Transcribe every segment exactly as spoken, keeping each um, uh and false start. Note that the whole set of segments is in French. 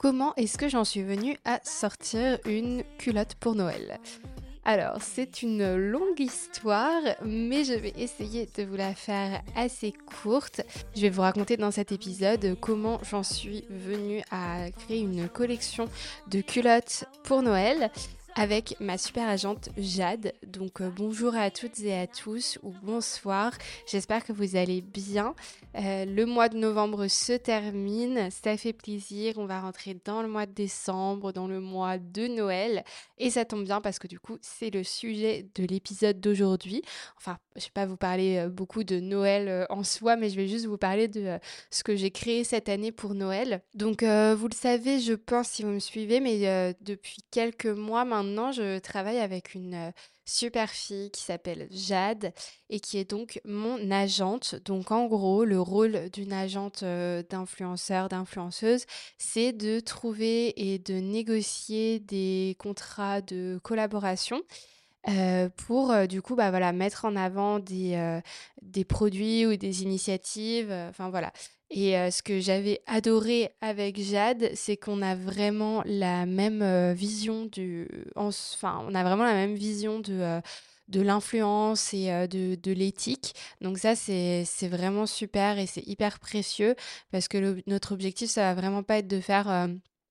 Comment est-ce que j'en suis venue à sortir une culotte pour Noël? Alors, c'est une longue histoire, mais je vais essayer de vous la faire assez courte. Je vais vous raconter dans cet épisode comment j'en suis venue à créer une collection de culottes pour Noël avec ma super agente Jade. Donc euh, bonjour à toutes et à tous, ou bonsoir, j'espère que vous allez bien. Euh, le mois de novembre se termine, ça fait plaisir, on va rentrer dans le mois de décembre, dans le mois de Noël. Et ça tombe bien parce que du coup, c'est le sujet de l'épisode d'aujourd'hui. Enfin, je ne vais pas vous parler euh, beaucoup de Noël euh, en soi, mais je vais juste vous parler de euh, ce que j'ai créé cette année pour Noël. Donc, euh, vous le savez, je pense, si vous me suivez, mais euh, depuis quelques mois maintenant, je travaille avec une euh, super fille qui s'appelle Jade et qui est donc mon agente. Donc, en gros, le rôle d'une agente euh, d'influenceur, d'influenceuse, c'est de trouver et de négocier des contrats de collaboration euh, pour euh, du coup bah, voilà, mettre en avant des, euh, des produits ou des initiatives. euh, Enfin voilà. Et euh, ce que j'avais adoré avec Jade, c'est qu'on a vraiment la même euh, vision du, en s- enfin on a vraiment la même vision de euh, de l'influence et euh, de, de l'éthique. Donc ça, c'est, c'est vraiment super et c'est hyper précieux parce que le- notre objectif, ça va vraiment pas être de faire euh,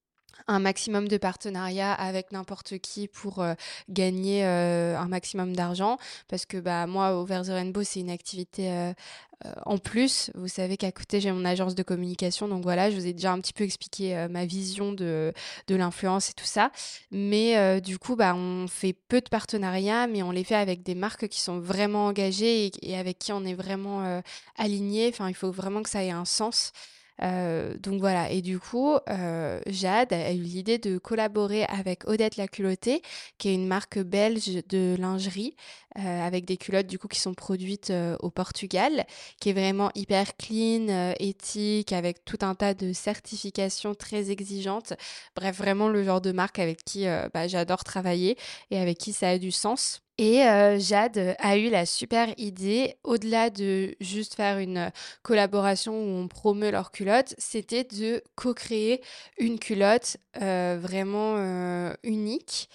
un maximum de partenariats avec n'importe qui pour euh, gagner euh, un maximum d'argent parce que bah moi Over the Rainbow c'est une activité euh, euh, en plus. Vous savez qu'à côté j'ai mon agence de communication, donc voilà, je vous ai déjà un petit peu expliqué euh, ma vision de, de l'influence et tout ça, mais euh, du coup bah on fait peu de partenariats, mais on les fait avec des marques qui sont vraiment engagées et, et avec qui on est vraiment euh, aligné. Enfin, il faut vraiment que ça ait un sens. Heu, donc voilà. Et du coup, heu, Jade a eu l'idée de collaborer avec Odette Laculottée, qui est une marque belge de lingerie, heu, avec des culottes du coup qui sont produites, heu, au Portugal, qui est vraiment hyper clean, heu, éthique, avec tout un tas de certifications très exigeantes. Bref, vraiment le genre de marque avec qui, heu, bah, j'adore travailler et avec qui ça a du sens. Et heu, Jade a eu la super idée, au-delà de juste faire une collaboration où on promeut leurs culottes, c'était de co-créer une culotte euh, vraiment euh, unique.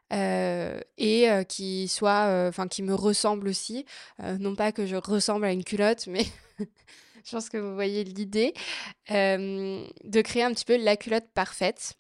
euh, et euh, qui soit, euh, enfin qui me ressemble aussi. Euh, non pas que je ressemble à une culotte, mais je pense que vous voyez l'idée. Euh, de créer un petit peu la culotte parfaite.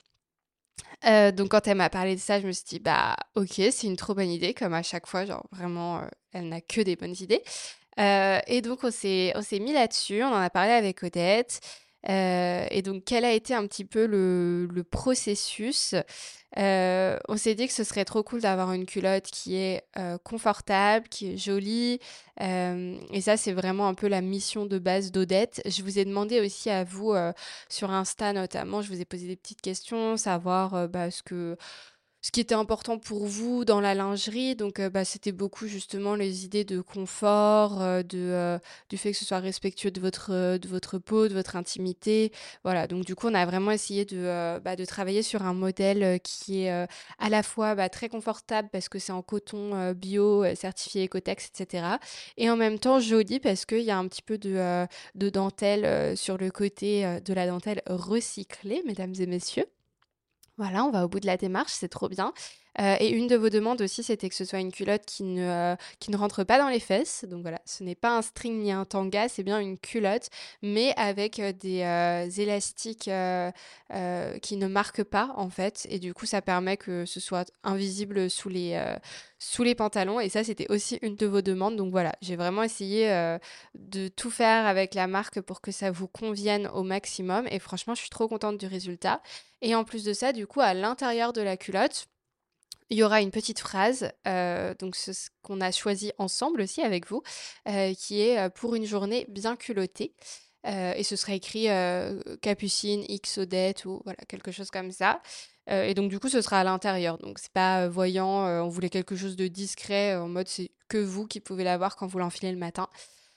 Euh, donc quand elle m'a parlé de ça, je me suis dit, bah ok, c'est une trop bonne idée, comme à chaque fois, genre vraiment, euh, elle n'a que des bonnes idées. Heu et donc on s'est on s'est mis là-dessus, on en a parlé avec Odette, heu et donc quel a été un petit peu le le processus? Heu, on s'est dit que ce serait trop cool d'avoir une culotte qui est, heu, confortable, qui est jolie, hem et ça, c'est vraiment un peu la mission de base d'Odette. Je vous ai demandé aussi à vous, heu, sur Insta notamment, je vous ai posé des petites questions, savoir, heu, bah, ce que ce qui était important pour vous dans la lingerie. Donc, heu, bah, c'était beaucoup justement les idées de confort, heu, de, heu, du fait que ce soit respectueux de votre, heu, de votre peau, de votre intimité. Voilà, donc du coup, on a vraiment essayé de, heu, bah, de travailler sur un modèle, heu, qui est, heu, à la fois, bah, très confortable parce que c'est en coton, heu, bio, heu, certifié Ecotex et cetera, et en même temps joli parce qu'il y a un petit peu de, heu, de dentelle, heu, sur le côté, heu, de la dentelle recyclée, mesdames et messieurs. Voilà, on va au bout de la démarche, c'est trop bien. Heu et une de vos demandes aussi, c'était que ce soit une culotte qui ne, heu, qui ne rentre pas dans les fesses. Donc voilà, ce n'est pas un string ni un tanga, c'est bien une culotte, mais avec, heu, des, heu, élastiques, heu heu, qui ne marquent pas, en fait, et du coup, ça permet que ce soit invisible sous les, heu, sous les pantalons, et ça, c'était aussi une de vos demandes. Donc voilà, j'ai vraiment essayé, heu, de tout faire avec la marque pour que ça vous convienne au maximum, et franchement, je suis trop contente du résultat. Et en plus de ça, du coup, à l'intérieur de la culotte, il y aura une petite phrase, heu, donc ce ce qu'on a choisi ensemble aussi avec vous, heu, qui est, heu: «Pour une journée bien culottée», heu et ce serait écrit, heu, Capucine X Odette ou voilà, quelque chose comme ça, heu et donc du coup, ce sera à l'intérieur, donc c'est pas, heu, voyant, heu, on voulait quelque chose de discret, en mode c'est que vous qui pouvez l'avoir quand vous l'enfilez le matin.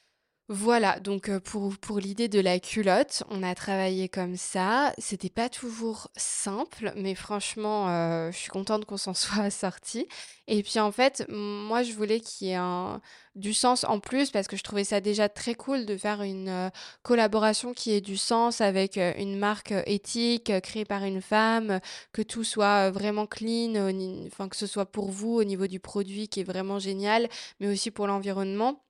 Voilà, donc heu, pour pour l'idée de la culotte, on a travaillé comme ça. C'était pas toujours simple, mais franchement, heu, je suis contente qu'on s'en soit sortis et puis, en fait, m moi, je voulais qu'il y ait un du sens en plus parce que je trouvais ça déjà très cool de faire une, heu, collaboration qui ait du sens avec, heu, une marque, heu, éthique, heu, créée par une femme, heu, que tout soit, heu, vraiment clean au ni enfin, que ce soit pour vous au niveau du produit qui est vraiment génial, mais aussi pour l'environnement.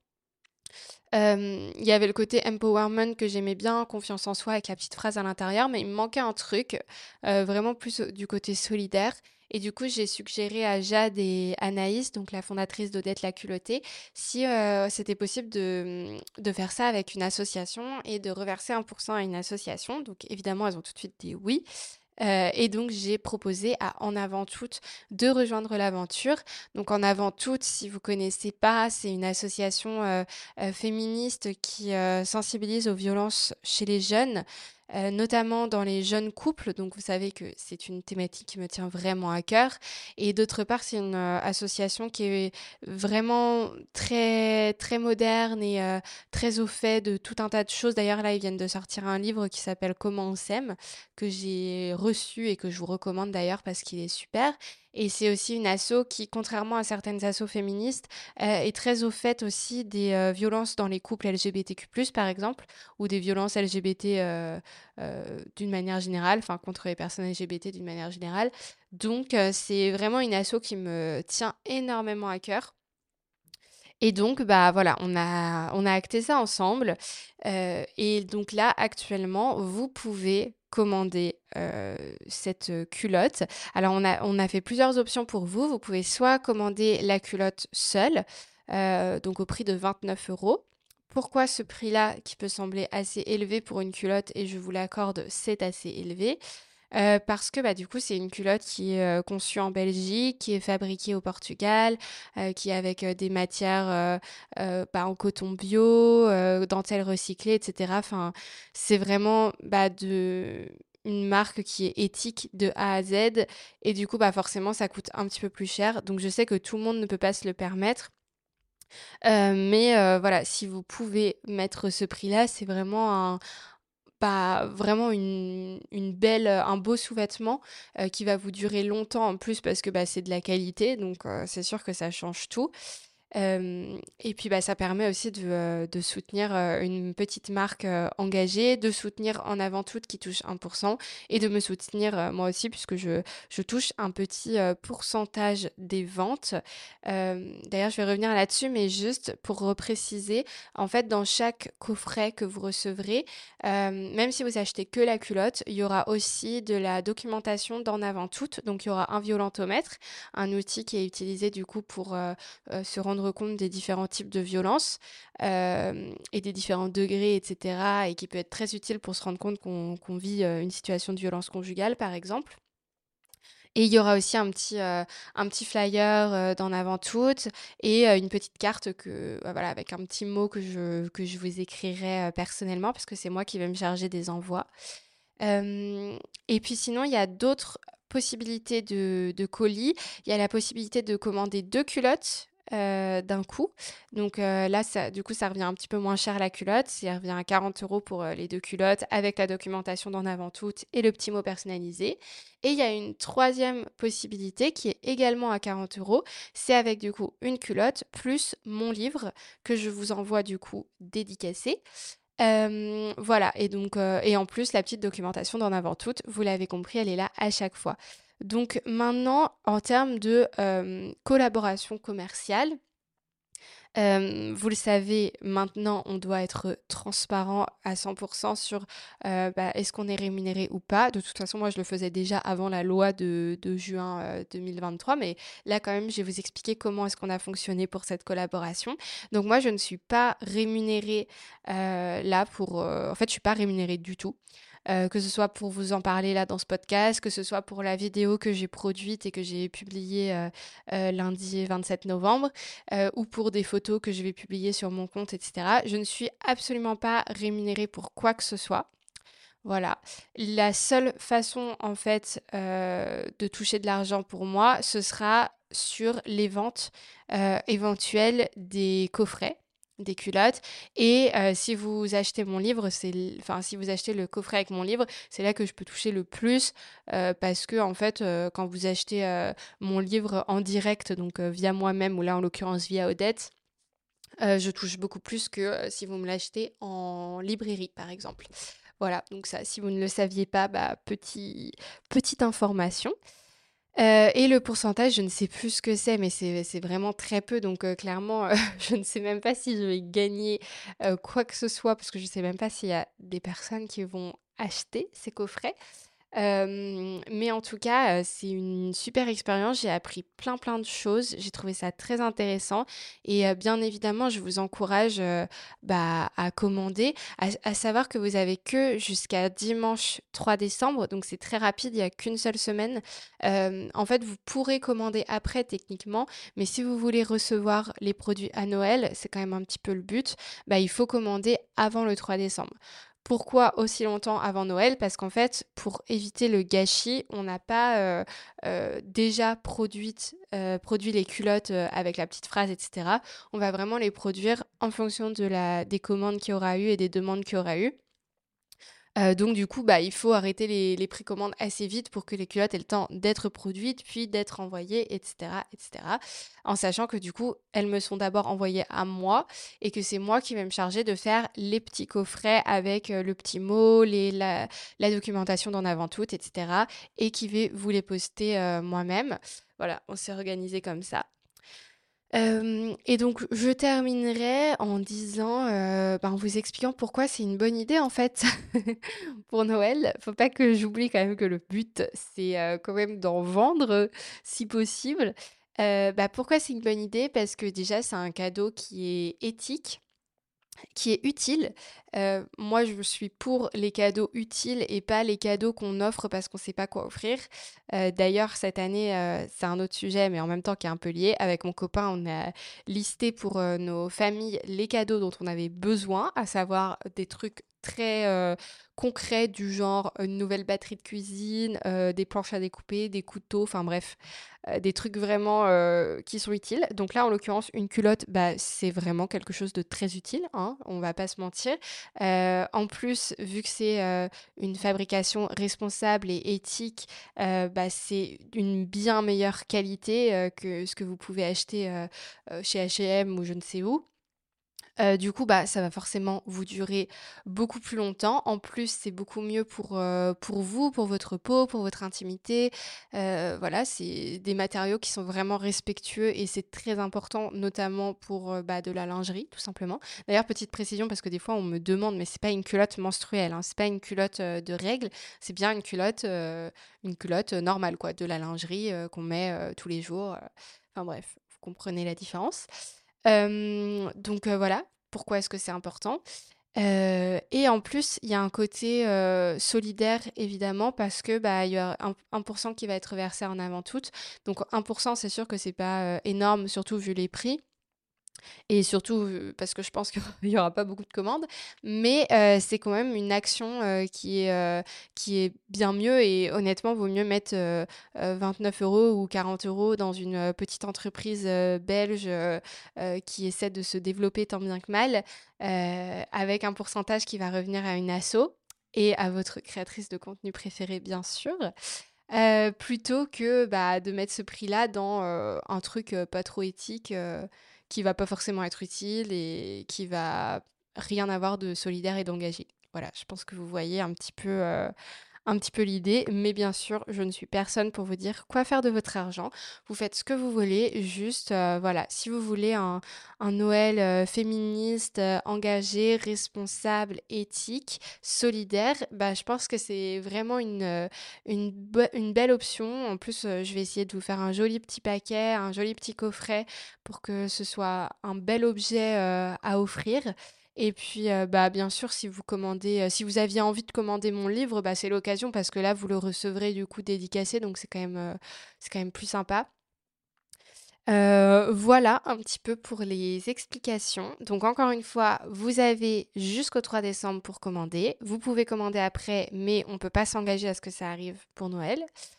Hem, il y avait le côté empowerment que j'aimais bien, confiance en soi avec la petite phrase à l'intérieur, mais il me manquait un truc, heu, vraiment plus, heu, du côté solidaire et du coup, j'ai suggéré à Jade et Anaïs, donc la fondatrice d'Odette la culottée, si, heu, c'était possible de, mmh, de faire ça avec une association et de reverser un pour cent à une association. Donc évidemment, elles ont tout de suite dit oui. Heu et donc j'ai proposé à En Avant Toutes de rejoindre l'aventure. Donc En Avant Toutes, si vous connaissez pas, c'est une association, heu heu, féministe qui, heu, sensibilise aux violences chez les jeunes, heu, notamment dans les jeunes couples. Donc vous savez que c'est une thématique qui me tient vraiment à cœur et d'autre part, c'est une, heu, association qui est vraiment très très moderne et heu, très au fait de tout un tas de choses. D'ailleurs, là, ils viennent de sortir un livre qui s'appelle «Comment on s'aime», que j'ai reçu et que je vous recommande d'ailleurs parce qu'il est super. Et c'est aussi une asso qui, contrairement à certaines assos féministes, euh, est très au fait aussi des euh, violences dans les couples L G B T Q plus, par exemple, ou des violences L G B T euh, euh, d'une manière générale, enfin contre les personnes L G B T d'une manière générale. Donc euh, c'est vraiment une asso qui me tient énormément à cœur. Et donc, bah voilà, on a, on a acté ça ensemble. Euh, et donc là, actuellement, vous pouvez commander euh, cette culotte. Alors, on a, on a fait plusieurs options pour vous. Vous pouvez soit commander la culotte seule, euh, donc au prix de vingt-neuf euros. Pourquoi ce prix-là, qui peut sembler assez élevé pour une culotte, et je vous l'accorde, c'est assez élevé? Heu, parce que, bah, du coup, c'est une culotte qui est, heu, conçue en Belgique, qui est fabriquée au Portugal, heu, qui est avec, heu, des matières, heu heu, bah, en coton bio, heu, dentelle recyclée et cetera. Enfin, c'est vraiment, bah, de une marque qui est éthique de A à Z et du coup, bah, forcément, ça coûte un petit peu plus cher. Donc je sais que tout le monde ne peut pas se le permettre, heu, mais heu, voilà, si vous pouvez mettre ce prix-là, c'est vraiment un bah, vraiment une une belle, un beau sous-vêtement, heu, qui va vous durer longtemps en plus parce que, bah, c'est de la qualité donc heu, c'est sûr que ça change tout. Hem et puis, bah, ça permet aussi de, heu, de soutenir, heu, une petite marque, heu, engagée, de soutenir En Avant Toutes qui touche un pour cent et de me soutenir, heu, moi aussi puisque je je touche un petit, heu, pourcentage des ventes. Hem, d'ailleurs, je vais revenir là-dessus, mais juste pour repréciser, en fait, dans chaque coffret que vous recevrez, hem, même si vous achetez que la culotte, il y aura aussi de la documentation d'En Avant Toutes. Donc il y aura un violentomètre, un outil qui est utilisé du coup pour, heu heu, se rendre compte des différents types de violences, hem et des différents degrés et cetera et qui peut être très utile pour se rendre compte qu'on qu'on vit, heu, une situation de violence conjugale, par exemple. Et il y aura aussi un petit, heu, un petit flyer, heu, d'En Avant Toutes et heu, une petite carte que, bah, voilà, avec un petit mot que je que je vous écrirai, heu, personnellement parce que c'est moi qui vais me charger des envois. Hem et puis sinon, il y a d'autres possibilités de de colis. Il y a la possibilité de commander deux culottes, heu, d'un coup. Donc heu, là, ça du coup, ça revient un petit peu moins cher la culotte. Ça revient à quarante euros pour, heu, les deux culottes avec la documentation d'En Avant Toutes et le petit mot personnalisé. Et il y a une troisième possibilité qui est également à quarante euros. C'est avec du coup une culotte plus mon livre que je vous envoie du coup dédicacé. Hem, voilà et donc heu et en plus la petite documentation d'En Avant Toutes, vous l'avez compris, elle est là à chaque fois. Donc maintenant, en termes de, hem, collaboration commerciale, hem, vous le savez, maintenant, on doit être transparent à cent pour cent sur, heu, bah, est-ce qu'on est rémunéré ou pas? De toute façon, moi, je le faisais déjà avant la loi de de juin, heu, deux mille vingt-trois, mais là, quand même, je vais vous expliquer comment est-ce qu'on a fonctionné pour cette collaboration. Donc moi, je ne suis pas rémunérée, heu, là pour, heu en fait, je suis pas rémunérée du tout. Heu, que ce soit pour vous en parler là dans ce podcast, que ce soit pour la vidéo que j'ai produite et que j'ai publiée, heu heu, lundi vingt-sept novembre, heu, ou pour des photos que je vais publier sur mon compte et cetera. Je ne suis absolument pas rémunérée pour quoi que ce soit. Voilà. La seule façon en fait, heu, de toucher de l'argent pour moi, ce sera sur les ventes, heu, éventuelles des coffrets. des culottes. Et euh, si vous achetez mon livre, c'est, l- enfin si vous achetez le coffret avec mon livre, c'est là que je peux toucher le plus euh, parce que en fait, euh, quand vous achetez euh, mon livre en direct, donc euh, via moi-même ou là en l'occurrence via Odette, euh, je touche beaucoup plus que euh, si vous me l'achetez en librairie, par exemple. Voilà, donc ça, si vous ne le saviez pas, bah, petit, petite information. Euh, et le pourcentage, je ne sais plus ce que c'est, mais c'est c'est vraiment très peu. Donc euh, clairement, euh, je ne sais même pas si je vais gagner euh, quoi que ce soit, parce que je ne sais même pas s'il y a des personnes qui vont acheter ces coffrets. Hem, mais en tout cas, heu, c'est une super expérience. J'ai appris plein, plein de choses. J'ai trouvé ça très intéressant et heu, bien évidemment, je vous encourage, heu, bah, à commander. À à savoir que vous avez que jusqu'à dimanche trois décembre, donc c'est très rapide, il y a qu'une seule semaine. Hem, en fait, vous pourrez commander après techniquement, mais si vous voulez recevoir les produits à Noël, c'est quand même un petit peu le but, bah, il faut commander avant le trois décembre. Pourquoi aussi longtemps avant Noël? Parce qu'en fait, pour éviter le gâchis, on n'a pas euh, euh, déjà produite, euh, produit les culottes euh, avec la petite phrase, et cetera. On va vraiment les produire en fonction de la, des commandes qu'il y aura eu et des demandes qu'il y aura eu. Heu, donc du coup, bah, il faut arrêter les les précommandes assez vite pour que les culottes aient le temps d'être produites, puis d'être envoyées et cetera et cetera. En sachant que du coup, elles me sont d'abord envoyées à moi et que c'est moi qui vais me charger de faire les petits coffrets avec, heu, le petit mot, les la la documentation d'en avant toute et cetera et qui vais vous les poster, heu, moi-même. Voilà, on s'est organisé comme ça. Hem et donc je terminerai en disant, heu, ben, en vous expliquant pourquoi c'est une bonne idée en fait pour Noël. Faut pas que j'oublie quand même que le but c'est, heu, quand même d'en vendre, si possible. Heu, bah, pourquoi c'est une bonne idée? Parce que déjà c'est un cadeau qui est éthique, qui est utile. Heu, moi, je suis pour les cadeaux utiles et pas les cadeaux qu'on offre parce qu'on sait pas quoi offrir. Heu, d'ailleurs, cette année, heu, c'est un autre sujet, mais en même temps qui est un peu lié. Avec mon copain, on a listé pour, heu, nos familles les cadeaux dont on avait besoin, à savoir des trucs très, heu, concrets du genre une nouvelle batterie de cuisine, heu, des planches à découper, des couteaux, enfin bref, heu, des trucs vraiment, heu, qui sont utiles. Donc là, en l'occurrence, une culotte, bah, c'est vraiment quelque chose de très utile, hein, on va pas se mentir. Heu, en plus, vu que c'est, heu, une fabrication responsable et éthique, heu, bah, c'est d'une bien meilleure qualité, heu, que ce que vous pouvez acheter, heu heu, chez H et M ou je ne sais où. Heu, du coup, bah, ça va forcément vous durer beaucoup plus longtemps. En plus, c'est beaucoup mieux pour, heu, pour vous, pour votre peau, pour votre intimité. Heu, voilà, c'est des matériaux qui sont vraiment respectueux et c'est très important, notamment pour, heu, bah, de la lingerie, tout simplement. D'ailleurs, petite précision parce que des fois on me demande, mais c'est pas une culotte menstruelle, hein, c'est pas une culotte, heu, de règles, c'est bien une culotte, heu, une culotte, heu, normale quoi, de la lingerie, heu, qu'on met, heu, tous les jours, heu, enfin bref, vous comprenez la différence. Hem, donc heu, voilà, pourquoi est-ce que c'est important? Heu et en plus, il y a un côté, heu, solidaire évidemment parce que, bah, il y a un 1 qui va être versé en avant toute. Donc un c'est sûr que c'est pas, heu, énorme, surtout vu les prix. Et surtout, heu, parce que je pense qu'il y aura pas beaucoup de commandes, mais heu, c'est quand même une action, heu, qui est, heu, qui est bien mieux et honnêtement, vaut mieux mettre, heu heu, vingt-neuf euros ou quarante euros dans une, heu, petite entreprise, heu, belge, heu heu, qui essaie de se développer tant bien que mal, heu, avec un pourcentage qui va revenir à une asso et à votre créatrice de contenu préférée, bien sûr, heu, plutôt que, bah, de mettre ce prix-là dans, heu, un truc, heu, pas trop éthique, heu, qui va pas forcément être utile et qui va rien avoir de solidaire et d'engagé. Voilà, je pense que vous voyez un petit peu, heu, un petit peu l'idée, mais bien sûr, je ne suis personne pour vous dire quoi faire de votre argent. Vous faites ce que vous voulez, juste, heu, voilà, si vous voulez un un Noël, heu, féministe, heu, engagé, responsable, éthique, solidaire, bah, je pense que c'est vraiment une, heu, une bo une belle option. En plus, heu, je vais essayer de vous faire un joli petit paquet, un joli petit coffret pour que ce soit un bel objet, heu, à offrir et puis, heu, bah, bien sûr, si vous commandez, heu, si vous aviez envie de commander mon livre, bah, c'est l'occasion parce que là, vous le recevrez du coup dédicacé, donc c'est quand même, heu, c'est quand même plus sympa. Heu, voilà un petit peu pour les explications. Donc encore une fois, vous avez jusqu'au trois décembre pour commander. Vous pouvez commander après, mais on peut pas s'engager à ce que ça arrive pour Noël.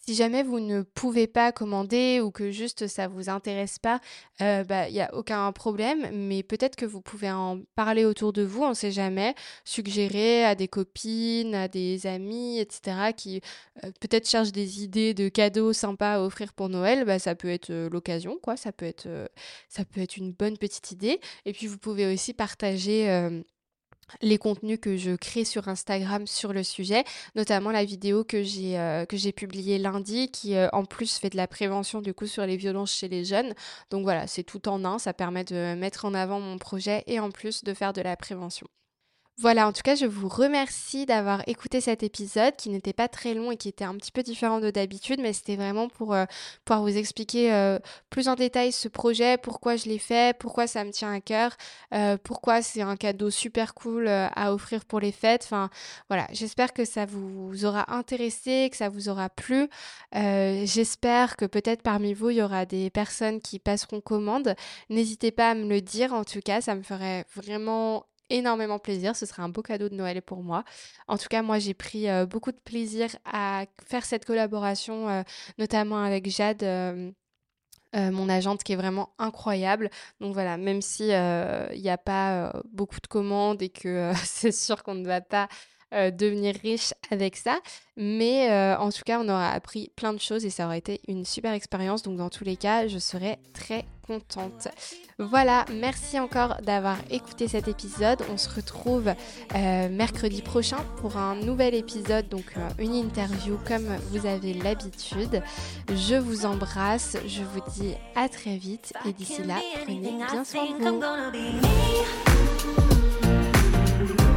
Si jamais vous ne pouvez pas commander ou que juste ça vous intéresse pas, heu, bah, il y a aucun problème, mais peut-être que vous pouvez en parler autour de vous, on sait jamais. Suggérer à des copines, à des amis et cetera qui, heu, peut-être cherchent des idées de cadeaux sympas à offrir pour Noël, bah, ça peut être, heu, l'occasion quoi, ça peut être, heu, ça peut être une bonne petite idée et puis vous pouvez aussi partager, hem les contenus que je crée sur Instagram sur le sujet, notamment la vidéo que j'ai, heu, que j'ai publiée lundi qui, heu, en plus fait de la prévention du coup sur les violences chez les jeunes. Donc voilà, c'est tout en un, ça permet de mettre en avant mon projet et en plus de faire de la prévention. Voilà, en tout cas, je vous remercie d'avoir écouté cet épisode qui n'était pas très long et qui était un petit peu différent de d'habitude, mais c'était vraiment pour euh, pouvoir vous expliquer euh, plus en détail ce projet, pourquoi je l'ai fait, pourquoi ça me tient à cœur, euh, pourquoi c'est un cadeau super cool euh, à offrir pour les fêtes. Enfin, voilà, j'espère que ça vous aura intéressé, que ça vous aura plu. Euh, j'espère que peut-être parmi vous, il y aura des personnes qui passeront commande. N'hésitez pas à me le dire, en tout cas, ça me ferait vraiment énormément plaisir, ce serait un beau cadeau de Noël pour moi. En tout cas, moi j'ai pris euh, beaucoup de plaisir à faire cette collaboration, euh, notamment avec Jade, euh, euh, mon agente qui est vraiment incroyable. Donc voilà, même si euh, il n'y a pas euh, beaucoup de commandes et que euh, c'est sûr qu'on ne va pas euh, devenir riche avec ça, mais euh, en tout cas, on aura appris plein de choses et ça aurait été une super expérience. Donc dans tous les cas, je serais très contente. Voilà, merci encore d'avoir écouté cet épisode. On se retrouve euh, mercredi prochain pour un nouvel épisode, donc euh, une interview comme vous avez l'habitude. Je vous embrasse, je vous dis à très vite et d'ici là, prenez bien soin de vous.